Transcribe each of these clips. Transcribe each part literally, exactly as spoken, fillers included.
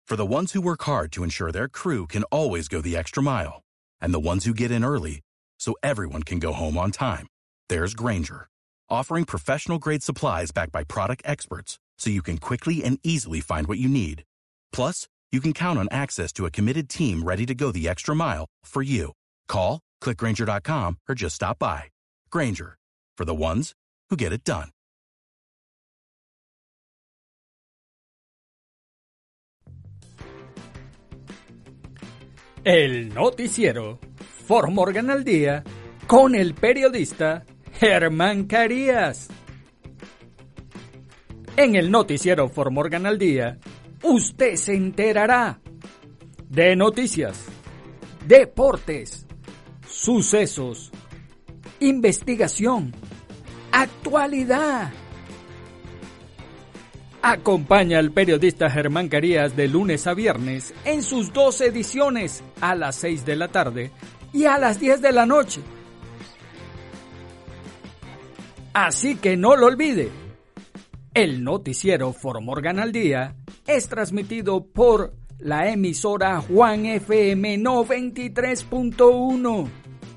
For the ones who work hard to ensure their crew can always go the extra mile, and the ones who get in early so everyone can go home on time, there's Grainger, offering professional-grade supplies backed by product experts so you can quickly and easily find what you need. Plus, you can count on access to a committed team ready to go the extra mile for you. Call, click Grainger dot com, or just stop by. Grainger, for the ones who get it done. El noticiero Fort Morgan al día con el periodista Germán Carías. En el noticiero Fort Morgan al día, usted se enterará de noticias, deportes, sucesos, investigación, actualidad. Acompaña al periodista Germán Carías de lunes a viernes en sus dos ediciones a las seis de la tarde y a las diez de la noche. Así que no lo olvide. El noticiero Fort Morgan al día es transmitido por la emisora Juan F M noventa y tres punto uno.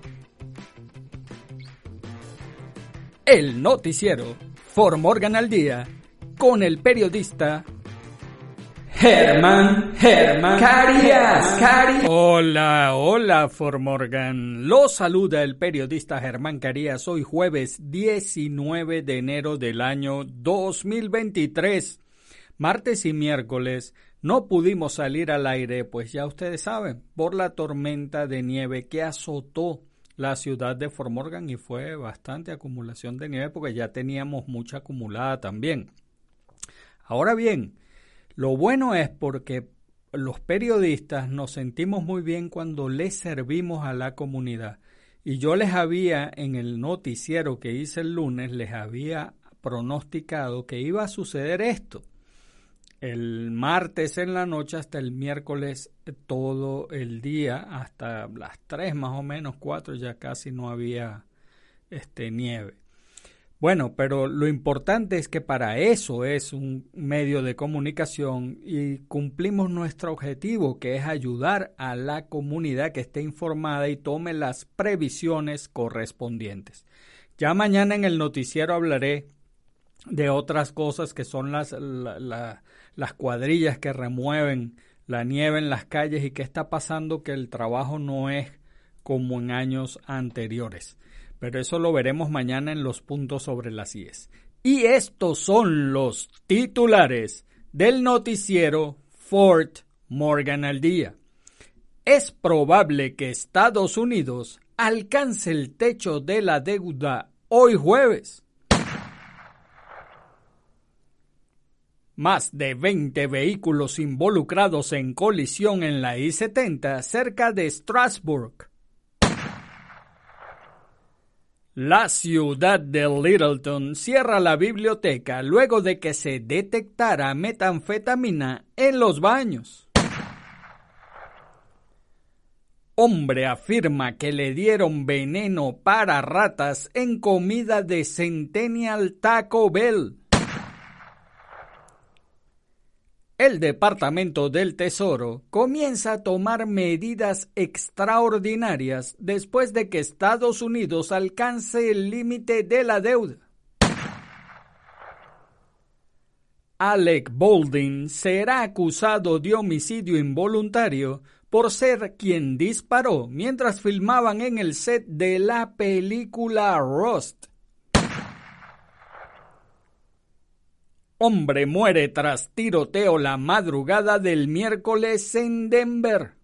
El noticiero Fort Morgan al día con el periodista Germán, Germán Carías, Carías. Hola, hola Fort Morgan. Los saluda el periodista Germán Carías. Hoy jueves diecinueve de enero del año dos mil veintitrés. Martes y miércoles no pudimos salir al aire, pues ya ustedes saben, por la tormenta de nieve que azotó la ciudad de Fort Morgan y fue bastante acumulación de nieve porque ya teníamos mucha acumulada también. Ahora bien, lo bueno es porque los periodistas nos sentimos muy bien cuando les servimos a la comunidad. Y yo les había, en el noticiero que hice el lunes, les había pronosticado que iba a suceder esto. El martes en la noche hasta el miércoles todo el día, hasta las tres más o menos, cuatro, ya casi no había este, nieve. Bueno, pero lo importante es que para eso es un medio de comunicación y cumplimos nuestro objetivo, que es ayudar a la comunidad que esté informada y tome las previsiones correspondientes. Ya mañana en el noticiero hablaré de otras cosas que son las, la, la, las cuadrillas que remueven la nieve en las calles y qué está pasando, que el trabajo no es como en años anteriores. Pero eso lo veremos mañana en los puntos sobre las íes. Y estos son los titulares del noticiero Fort Morgan al día. Es probable que Estados Unidos alcance el techo de la deuda hoy jueves. Más de veinte vehículos involucrados en colisión en la I setenta cerca de Strasburg. La ciudad de Littleton cierra la biblioteca luego de que se detectara metanfetamina en los baños. Hombre afirma que le dieron veneno para ratas en comida de Centennial Taco Bell. El Departamento del Tesoro comienza a tomar medidas extraordinarias después de que Estados Unidos alcance el límite de la deuda. Alec Baldwin será acusado de homicidio involuntario por ser quien disparó mientras filmaban en el set de la película Rust. Hombre muere tras tiroteo la madrugada del miércoles en Denver.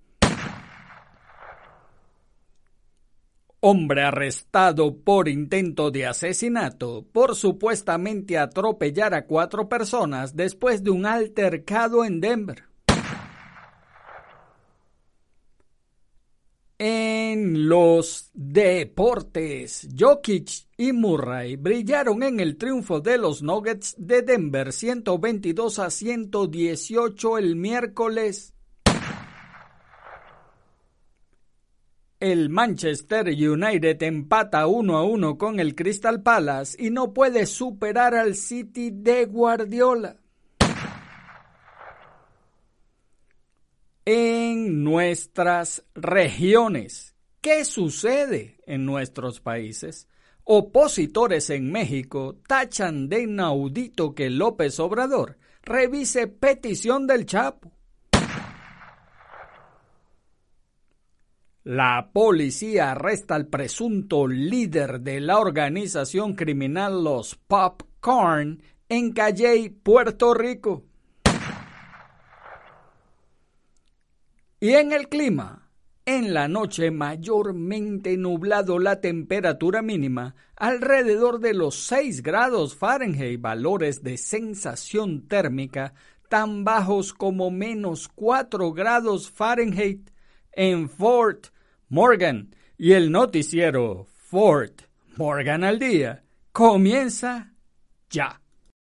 Hombre arrestado por intento de asesinato por supuestamente atropellar a cuatro personas después de un altercado en Denver. En los deportes, Jokic y Murray brillaron en el triunfo de los Nuggets de Denver ciento veintidós a ciento dieciocho el miércoles. El Manchester United empata uno a uno con el Crystal Palace y no puede superar al City de Guardiola. nuestras regiones. ¿Qué sucede en nuestros países? Opositores en México tachan de inaudito que López Obrador revise petición del Chapo. La policía arresta al presunto líder de la organización criminal Los Popcorn en Calley, Puerto Rico. Y en el clima, en la noche mayormente nublado, la temperatura mínima alrededor de los seis grados Fahrenheit, valores de sensación térmica tan bajos como menos cuatro grados Fahrenheit en Fort Morgan. Y el noticiero Fort Morgan al día comienza ya.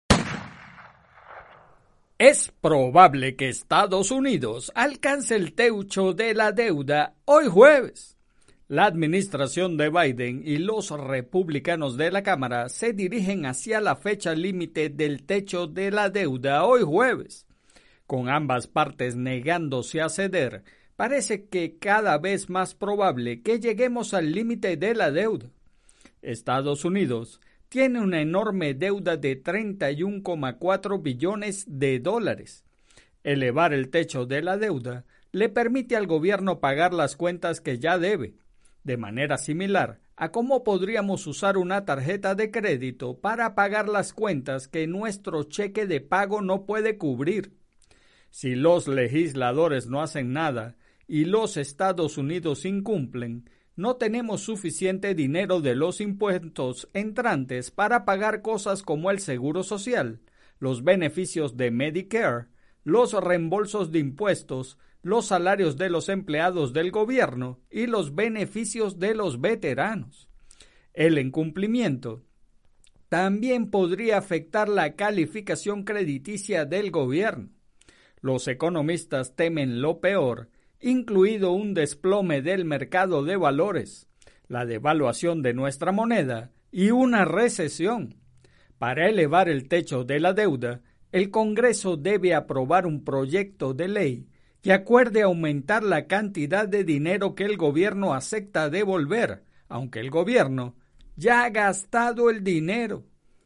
Es probable que Estados Unidos alcance el techo de la deuda hoy jueves. La administración de Biden y los republicanos de la Cámara se dirigen hacia la fecha límite del techo de la deuda hoy jueves. Con ambas partes negándose a ceder, parece que cada vez más probable que lleguemos al límite de la deuda. Estados Unidos tiene una enorme deuda de treinta y uno coma cuatro billones de dólares. Elevar el techo de la deuda le permite al gobierno pagar las cuentas que ya debe, de manera similar a cómo podríamos usar una tarjeta de crédito para pagar las cuentas que nuestro cheque de pago no puede cubrir. Si los legisladores no hacen nada y los Estados Unidos incumplen, no tenemos suficiente dinero de los impuestos entrantes para pagar cosas como el seguro social, los beneficios de Medicare, los reembolsos de impuestos, los salarios de los empleados del gobierno y los beneficios de los veteranos. El incumplimiento también podría afectar la calificación crediticia del gobierno. Los economistas temen lo peor, incluido un desplome del mercado de valores, la devaluación de nuestra moneda y una recesión. Para elevar el techo de la deuda, el Congreso debe aprobar un proyecto de ley que acuerde aumentar la cantidad de dinero que el gobierno acepta devolver, aunque el gobierno ya ha gastado el dinero.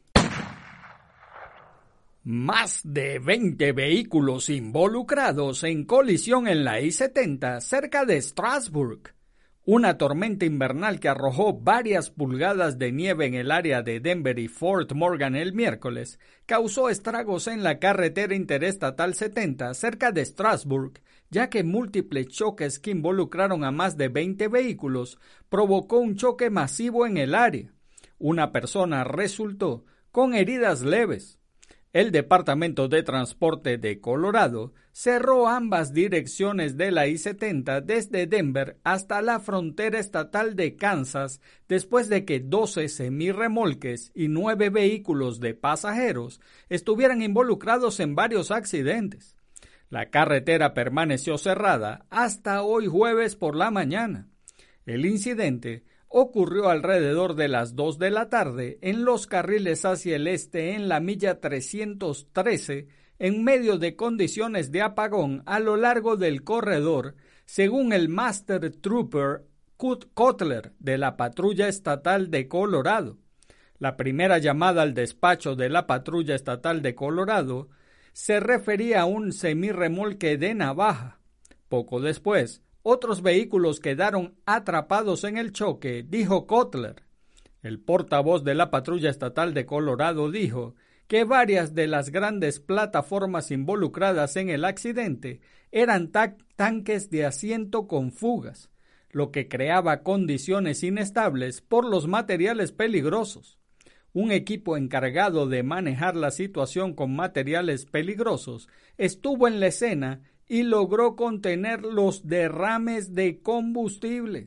Más de veinte vehículos involucrados en colisión en la I setenta cerca de Strasburg. Una tormenta invernal que arrojó varias pulgadas de nieve en el área de Denver y Fort Morgan el miércoles causó estragos en la carretera interestatal setenta cerca de Strasburg, ya que múltiples choques que involucraron a más de veinte vehículos provocó un choque masivo en el área. Una persona resultó con heridas leves. El Departamento de Transporte de Colorado cerró ambas direcciones de la I setenta desde Denver hasta la frontera estatal de Kansas después de que doce semirremolques y nueve vehículos de pasajeros estuvieran involucrados en varios accidentes. La carretera permaneció cerrada hasta hoy jueves por la mañana. El incidente ocurrió alrededor de las dos de la tarde en los carriles hacia el este en la milla trescientos trece en medio de condiciones de apagón a lo largo del corredor, según el Master Trooper Cutler de la Patrulla Estatal de Colorado. La primera llamada al despacho de la Patrulla Estatal de Colorado se refería a un semirremolque de navaja. Poco después, otros vehículos quedaron atrapados en el choque, dijo Cutler. El portavoz de la Patrulla Estatal de Colorado dijo que varias de las grandes plataformas involucradas en el accidente eran ta- tanques de asiento con fugas, lo que creaba condiciones inestables por los materiales peligrosos. Un equipo encargado de manejar la situación con materiales peligrosos estuvo en la escena y logró contener los derrames de combustible.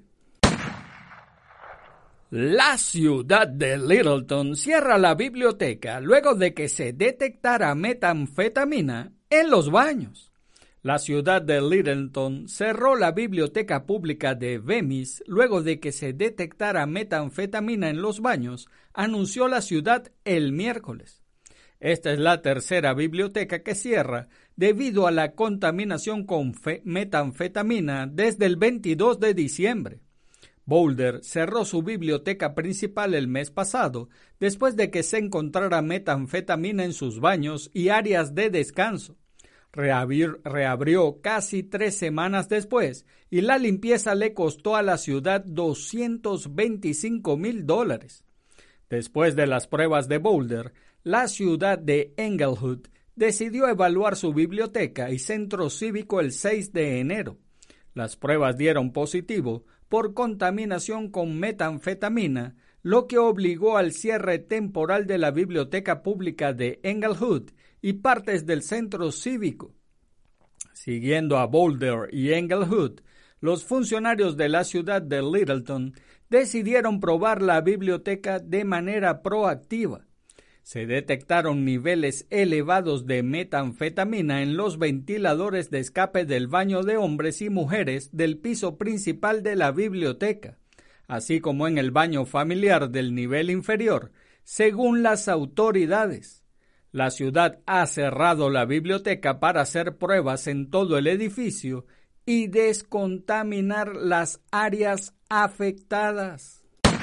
La ciudad de Littleton cierra la biblioteca luego de que se detectara metanfetamina en los baños. La ciudad de Littleton cerró la biblioteca pública de Bemis luego de que se detectara metanfetamina en los baños, anunció la ciudad el miércoles. Esta es la tercera biblioteca que cierra debido a la contaminación con metanfetamina desde el veintidós de diciembre. Boulder cerró su biblioteca principal el mes pasado después de que se encontrara metanfetamina en sus baños y áreas de descanso. Reabrir, reabrió casi tres semanas después y la limpieza le costó a la ciudad doscientos veinticinco mil dólares. Después de las pruebas de Boulder, la ciudad de Englewood decidió evaluar su biblioteca y centro cívico el seis de enero. Las pruebas dieron positivo por contaminación con metanfetamina, lo que obligó al cierre temporal de la biblioteca pública de Englewood y partes del centro cívico. Siguiendo a Boulder y Englewood, los funcionarios de la ciudad de Littleton decidieron probar la biblioteca de manera proactiva. Se detectaron niveles elevados de metanfetamina en los ventiladores de escape del baño de hombres y mujeres del piso principal de la biblioteca, así como en el baño familiar del nivel inferior, según las autoridades. La ciudad ha cerrado la biblioteca para hacer pruebas en todo el edificio y descontaminar las áreas afectadas.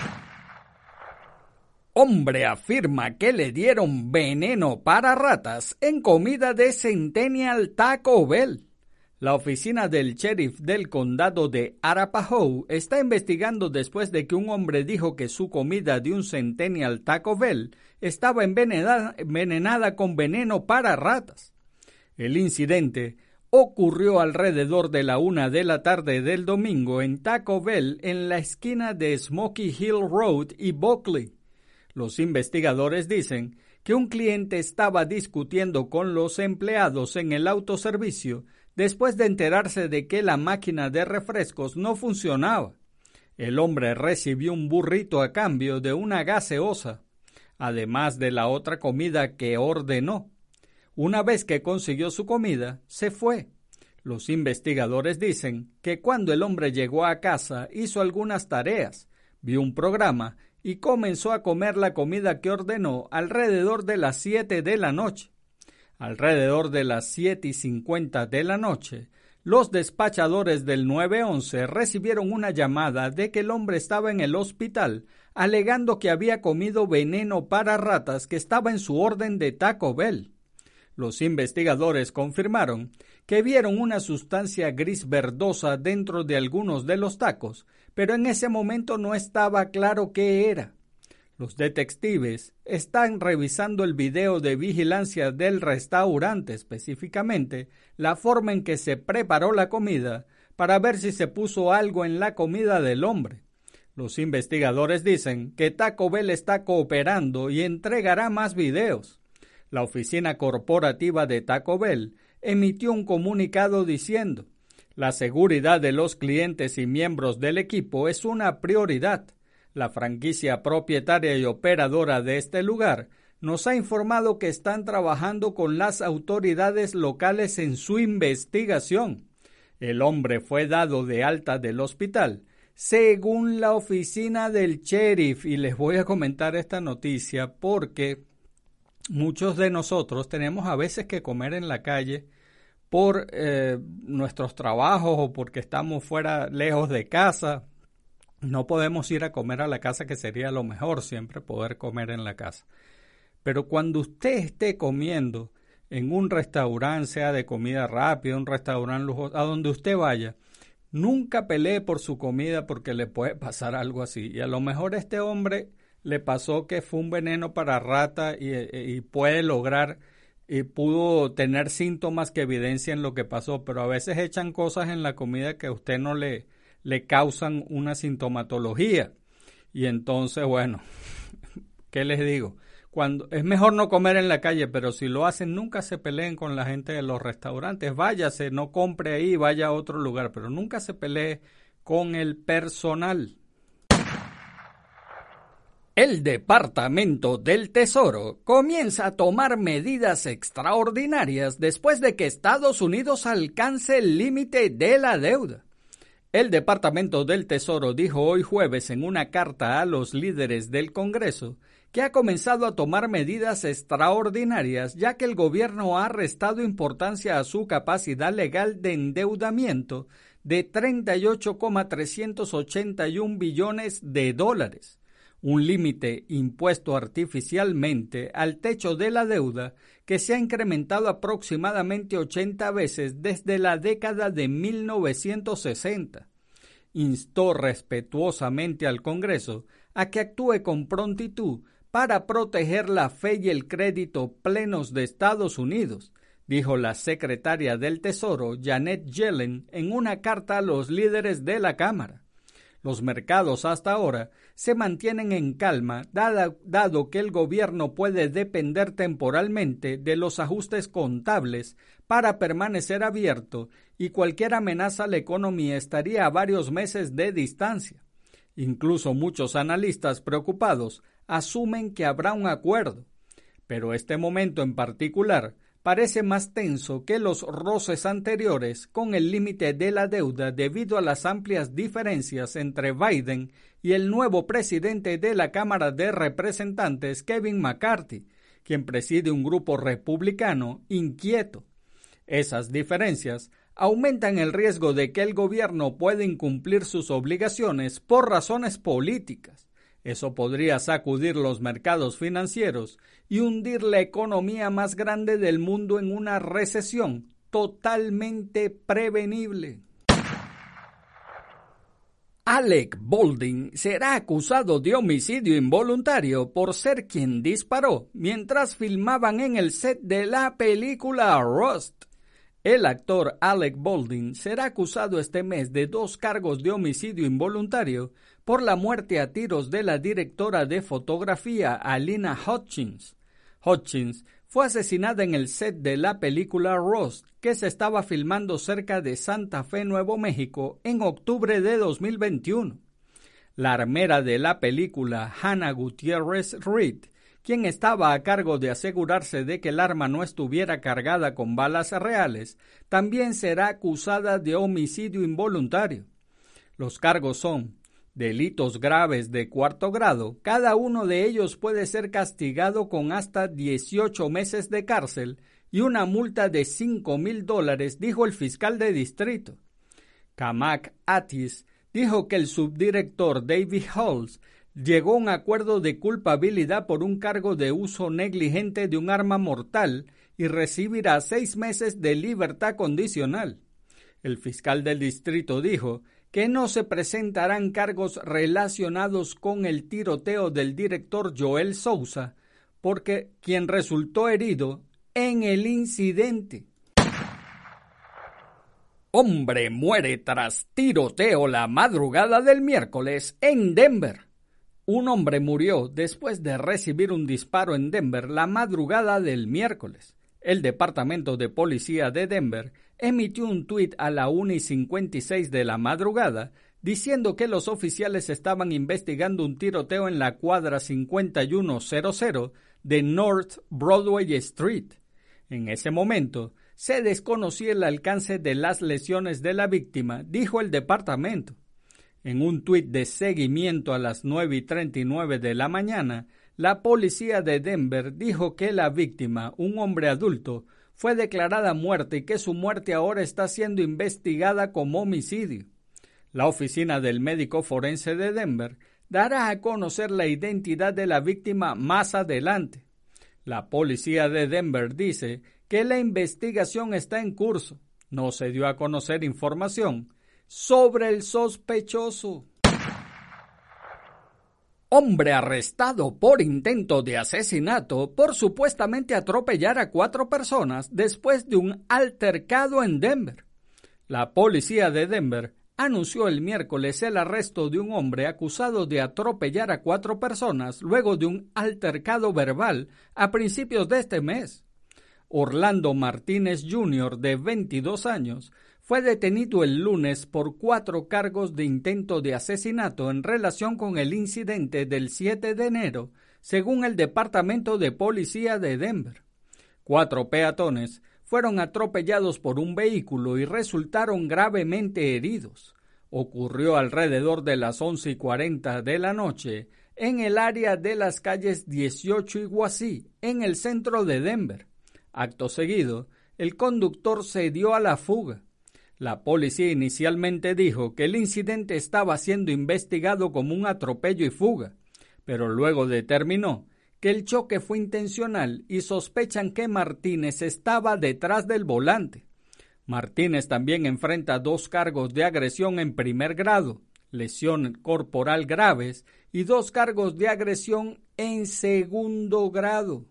Hombre afirma que le dieron veneno para ratas en comida de Centennial Taco Bell. La oficina del sheriff del condado de Arapahoe está investigando después de que un hombre dijo que su comida de un Centennial Taco Bell estaba envenenada, envenenada con veneno para ratas. El incidente ocurrió alrededor de la una de la tarde del domingo en Taco Bell en la esquina de Smoky Hill Road y Buckley. Los investigadores dicen que un cliente estaba discutiendo con los empleados en el autoservicio después de enterarse de que la máquina de refrescos no funcionaba. El hombre recibió un burrito a cambio de una gaseosa, además de la otra comida que ordenó. Una vez que consiguió su comida, se fue. Los investigadores dicen que cuando el hombre llegó a casa hizo algunas tareas, vio un programa y comenzó a comer la comida que ordenó alrededor de las siete de la noche. Alrededor de las siete y cincuenta de la noche, los despachadores del nueve once recibieron una llamada de que el hombre estaba en el hospital, alegando que había comido veneno para ratas que estaba en su orden de Taco Bell. Los investigadores confirmaron que vieron una sustancia gris verdosa dentro de algunos de los tacos, pero en ese momento no estaba claro qué era. Los detectives están revisando el video de vigilancia del restaurante, específicamente la forma en que se preparó la comida, para ver si se puso algo en la comida del hombre. Los investigadores dicen que Taco Bell está cooperando y entregará más videos. La oficina corporativa de Taco Bell emitió un comunicado diciendo: la seguridad de los clientes y miembros del equipo es una prioridad. La franquicia propietaria y operadora de este lugar nos ha informado que están trabajando con las autoridades locales en su investigación. El hombre fue dado de alta del hospital, según la oficina del sheriff, y les voy a comentar esta noticia porque muchos de nosotros tenemos a veces que comer en la calle por eh, nuestros trabajos o porque estamos fuera, lejos de casa. No podemos ir a comer a la casa, que sería lo mejor, siempre poder comer en la casa. Pero cuando usted esté comiendo en un restaurante, sea de comida rápida, un restaurante lujoso, a donde usted vaya, nunca pelee por su comida porque le puede pasar algo así. Y a lo mejor a este hombre le pasó que fue un veneno para rata y, y puede lograr y pudo tener síntomas que evidencian lo que pasó, pero a veces echan cosas en la comida que a usted no le, le causan una sintomatología. Y entonces, bueno, ¿qué les digo? Cuando es mejor no comer en la calle, pero si lo hacen, nunca se peleen con la gente de los restaurantes. Váyase, no compre ahí, vaya a otro lugar, pero nunca se pelee con el personal. El Departamento del Tesoro comienza a tomar medidas extraordinarias después de que Estados Unidos alcance el límite de la deuda. El Departamento del Tesoro dijo hoy jueves en una carta a los líderes del Congreso que ha comenzado a tomar medidas extraordinarias ya que el gobierno ha restado importancia a su capacidad legal de endeudamiento de treinta y ocho coma trescientos ochenta y un billones de dólares, un límite impuesto artificialmente al techo de la deuda que se ha incrementado aproximadamente ochenta veces desde la década de mil novecientos sesenta. Instó respetuosamente al Congreso a que actúe con prontitud para proteger la fe y el crédito plenos de Estados Unidos, dijo la secretaria del Tesoro, Janet Yellen, en una carta a los líderes de la Cámara. Los mercados hasta ahora se mantienen en calma, dada, dado que el gobierno puede depender temporalmente de los ajustes contables para permanecer abierto y cualquier amenaza a la economía estaría a varios meses de distancia. Incluso muchos analistas preocupados asumen que habrá un acuerdo, pero este momento en particular parece más tenso que los roces anteriores con el límite de la deuda debido a las amplias diferencias entre Biden y el nuevo presidente de la Cámara de Representantes, Kevin McCarthy, quien preside un grupo republicano inquieto. Esas diferencias aumentan el riesgo de que el gobierno pueda incumplir sus obligaciones por razones políticas. Eso podría sacudir los mercados financieros y hundir la economía más grande del mundo en una recesión totalmente prevenible. Alec Baldwin será acusado de homicidio involuntario por ser quien disparó mientras filmaban en el set de la película Rust. El actor Alec Baldwin será acusado este mes de dos cargos de homicidio involuntario por la muerte a tiros de la directora de fotografía Alina Hutchins. Hutchins fue asesinada en el set de la película Rust, que se estaba filmando cerca de Santa Fe, Nuevo México, en octubre de dos mil veintiuno. La armera de la película, Hannah Gutiérrez Reed, quien estaba a cargo de asegurarse de que el arma no estuviera cargada con balas reales, también será acusada de homicidio involuntario. Los cargos son delitos graves de cuarto grado. Cada uno de ellos puede ser castigado con hasta dieciocho meses de cárcel y una multa de cinco mil dólares, dijo el fiscal de distrito. Kamak Atis dijo que el subdirector David Halls llegó a un acuerdo de culpabilidad por un cargo de uso negligente de un arma mortal y recibirá seis meses de libertad condicional. El fiscal del distrito dijo que no se presentarán cargos relacionados con el tiroteo del director Joel Souza, porque quien resultó herido en el incidente. Hombre muere tras tiroteo la madrugada del miércoles en Denver. Un hombre murió después de recibir un disparo en Denver la madrugada del miércoles. El Departamento de Policía de Denver emitió un tuit a la una y cincuenta y seis de la madrugada diciendo que los oficiales estaban investigando un tiroteo en la cuadra cincuenta y uno cero de North Broadway Street. En ese momento, se desconocía el alcance de las lesiones de la víctima, dijo el departamento. En un tuit de seguimiento a las nueve y treinta y nueve de la mañana, la policía de Denver dijo que la víctima, un hombre adulto, fue declarada muerta y que su muerte ahora está siendo investigada como homicidio. La oficina del médico forense de Denver dará a conocer la identidad de la víctima más adelante. La policía de Denver dice que la investigación está en curso. No se dio a conocer información sobre el sospechoso. Hombre arrestado por intento de asesinato por supuestamente atropellar a cuatro personas después de un altercado en Denver. La policía de Denver anunció el miércoles el arresto de un hombre acusado de atropellar a cuatro personas luego de un altercado verbal a principios de este mes. Orlando Martínez junior, de veintidós años, fue detenido el lunes por cuatro cargos de intento de asesinato en relación con el incidente del siete de enero, según el Departamento de Policía de Denver. Cuatro peatones fueron atropellados por un vehículo y resultaron gravemente heridos. Ocurrió alrededor de las once y cuarenta de la noche en el área de las calles dieciocho y Guasí, en el centro de Denver. Acto seguido, el conductor se dio a la fuga. La policía inicialmente dijo que el incidente estaba siendo investigado como un atropello y fuga, pero luego determinó que el choque fue intencional y sospechan que Martínez estaba detrás del volante. Martínez también enfrenta dos cargos de agresión en primer grado, lesión corporal graves y dos cargos de agresión en segundo grado.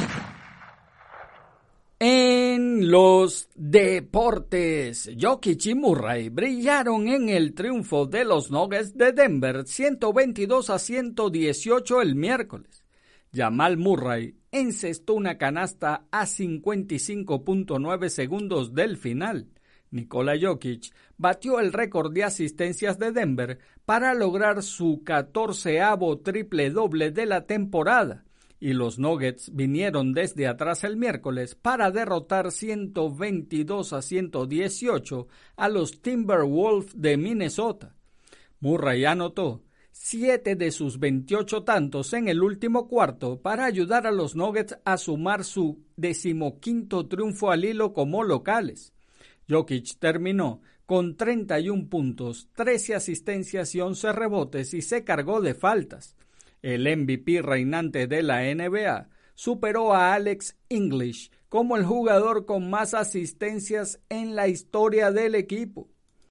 En los deportes, Jokic y Murray brillaron en el triunfo de los Nuggets de Denver ciento veintidós a ciento dieciocho el miércoles. Jamal Murray encestó una canasta a cincuenta y cinco punto nueve segundos del final. Nikola Jokic batió el récord de asistencias de Denver para lograr su catorceavo triple doble de la temporada. Y los Nuggets vinieron desde atrás el miércoles para derrotar ciento veintidós a ciento dieciocho a los Timberwolves de Minnesota. Murray anotó siete de sus veintiocho tantos en el último cuarto para ayudar a los Nuggets a sumar su decimoquinto triunfo al hilo como locales. Jokic terminó con treinta y un puntos, trece asistencias y once rebotes y se cargó de faltas. El M V P reinante de la N B A superó a Alex English como el jugador con más asistencias en la historia del equipo.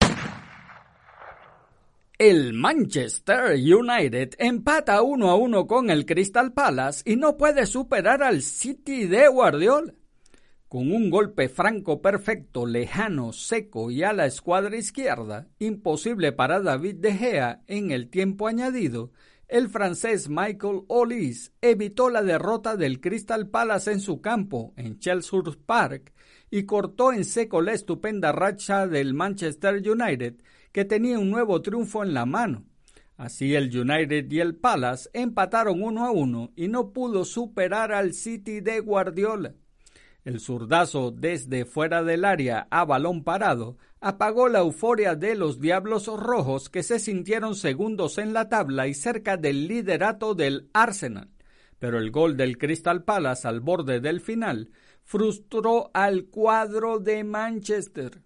El Manchester United empata uno a uno con el Crystal Palace y no puede superar al City de Guardiola. Con un golpe franco perfecto, lejano, seco y a la escuadra izquierda, imposible para David De Gea en el tiempo añadido, el francés Michael Olise evitó la derrota del Crystal Palace en su campo, en Selhurst Park, y cortó en seco la estupenda racha del Manchester United, que tenía un nuevo triunfo en la mano. Así el United y el Palace empataron uno a uno y no pudo superar al City de Guardiola. El zurdazo desde fuera del área a balón parado apagó la euforia de los Diablos Rojos, que se sintieron segundos en la tabla y cerca del liderato del Arsenal. Pero el gol del Crystal Palace al borde del final frustró al cuadro de Manchester.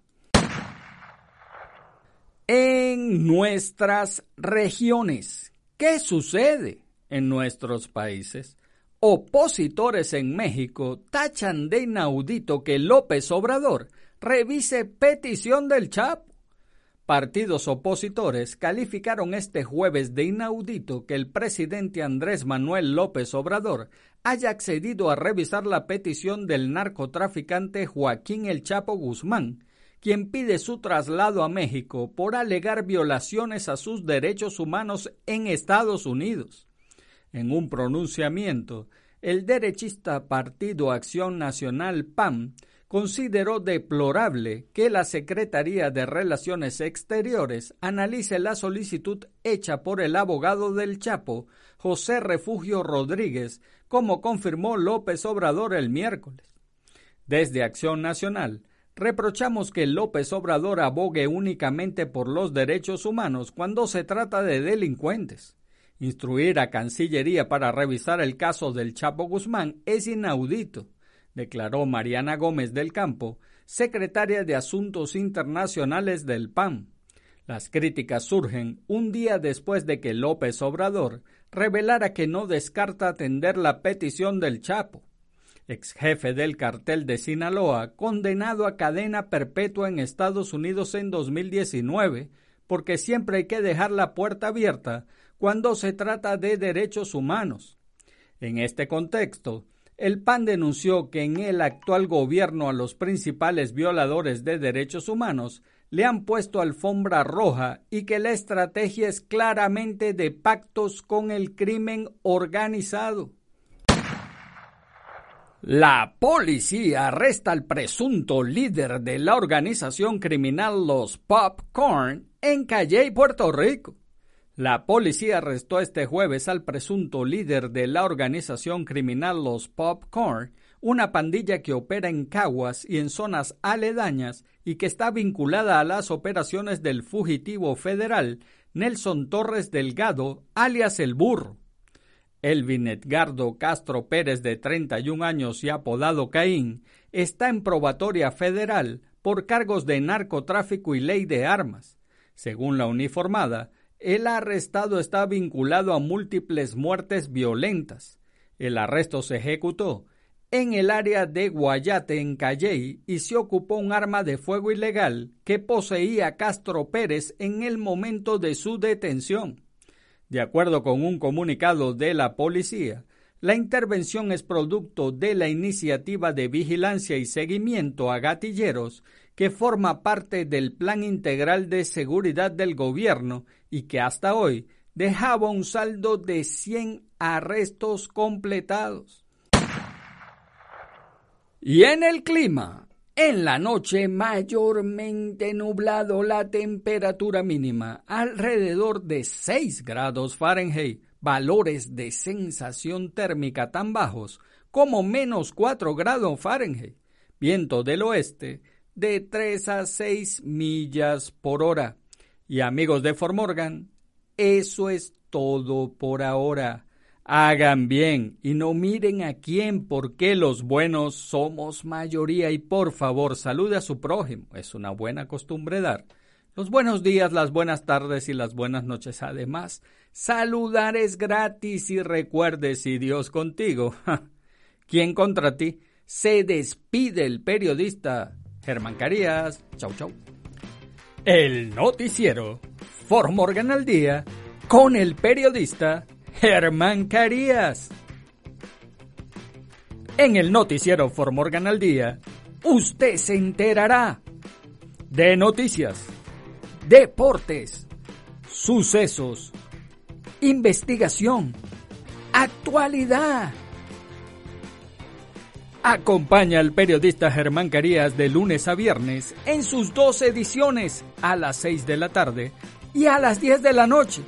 En nuestras regiones, ¿qué sucede en nuestros países? Opositores en México tachan de inaudito que López Obrador revise petición del Chapo. Partidos opositores calificaron este jueves de inaudito que el presidente Andrés Manuel López Obrador haya accedido a revisar la petición del narcotraficante Joaquín El Chapo Guzmán, quien pide su traslado a México por alegar violaciones a sus derechos humanos en Estados Unidos. En un pronunciamiento, el derechista Partido Acción Nacional P A N consideró deplorable que la Secretaría de Relaciones Exteriores analice la solicitud hecha por el abogado del Chapo, José Refugio Rodríguez, como confirmó López Obrador el miércoles. Desde Acción Nacional, reprochamos que López Obrador abogue únicamente por los derechos humanos cuando se trata de delincuentes. Instruir a Cancillería para revisar el caso del Chapo Guzmán es inaudito, declaró Mariana Gómez del Campo, secretaria de Asuntos Internacionales del P A N. Las críticas surgen un día después de que López Obrador revelara que no descarta atender la petición del Chapo, ex jefe del cartel de Sinaloa, condenado a cadena perpetua en Estados Unidos en dos mil diecinueve, porque siempre hay que dejar la puerta abierta cuando se trata de derechos humanos. En este contexto, el P A N denunció que en el actual gobierno a los principales violadores de derechos humanos le han puesto alfombra roja y que la estrategia es claramente de pactos con el crimen organizado. La policía arresta al presunto líder de la organización criminal Los Popcorn en Calley, Puerto Rico. La policía arrestó este jueves al presunto líder de la organización criminal Los Popcorn, una pandilla que opera en Caguas y en zonas aledañas y que está vinculada a las operaciones del fugitivo federal Nelson Torres Delgado, alias El Burro. Elvin Edgardo Castro Pérez, de treinta y un años y apodado Caín, está en probatoria federal por cargos de narcotráfico y ley de armas. Según la uniformada, el arrestado está vinculado a múltiples muertes violentas. El arresto se ejecutó en el área de Guayate, en Calley, y se ocupó un arma de fuego ilegal que poseía Castro Pérez en el momento de su detención. De acuerdo con un comunicado de la policía, la intervención es producto de la iniciativa de vigilancia y seguimiento a gatilleros que forma parte del Plan Integral de Seguridad del Gobierno y que hasta hoy dejaba un saldo de cien arrestos completados. Y en el clima, en la noche mayormente nublado, la temperatura mínima alrededor de seis grados Fahrenheit, valores de sensación térmica tan bajos como menos cuatro grados Fahrenheit, viento del oeste de tres a seis millas por hora. Y amigos de Formorgan, eso es todo por ahora. Hagan bien y no miren a quién, porque los buenos somos mayoría, y por favor salude a su prójimo. Es una buena costumbre dar los buenos días, las buenas tardes y las buenas noches. Además, saludar es gratis, y recuerde, si Dios contigo, ¿quién contra ti? Se despide el periodista Germán Carías. Chau, chau. El noticiero Formorgan al día con el periodista Germán Carías. En el noticiero Formorgan al día, usted se enterará de noticias, deportes, sucesos, investigación, actualidad. Acompaña al periodista Germán Carías de lunes a viernes en sus dos ediciones, a las seis de la tarde y a las diez de la noche.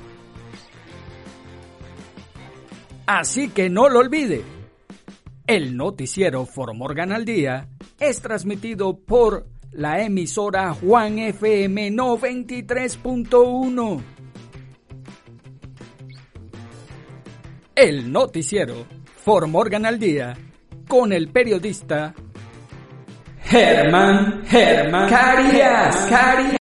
Así que no lo olvide. El noticiero Formorgan al día es transmitido por la emisora Juan F M noventa y tres punto uno. El noticiero Formorgan al día con el periodista Germán Germán Carías. Carías.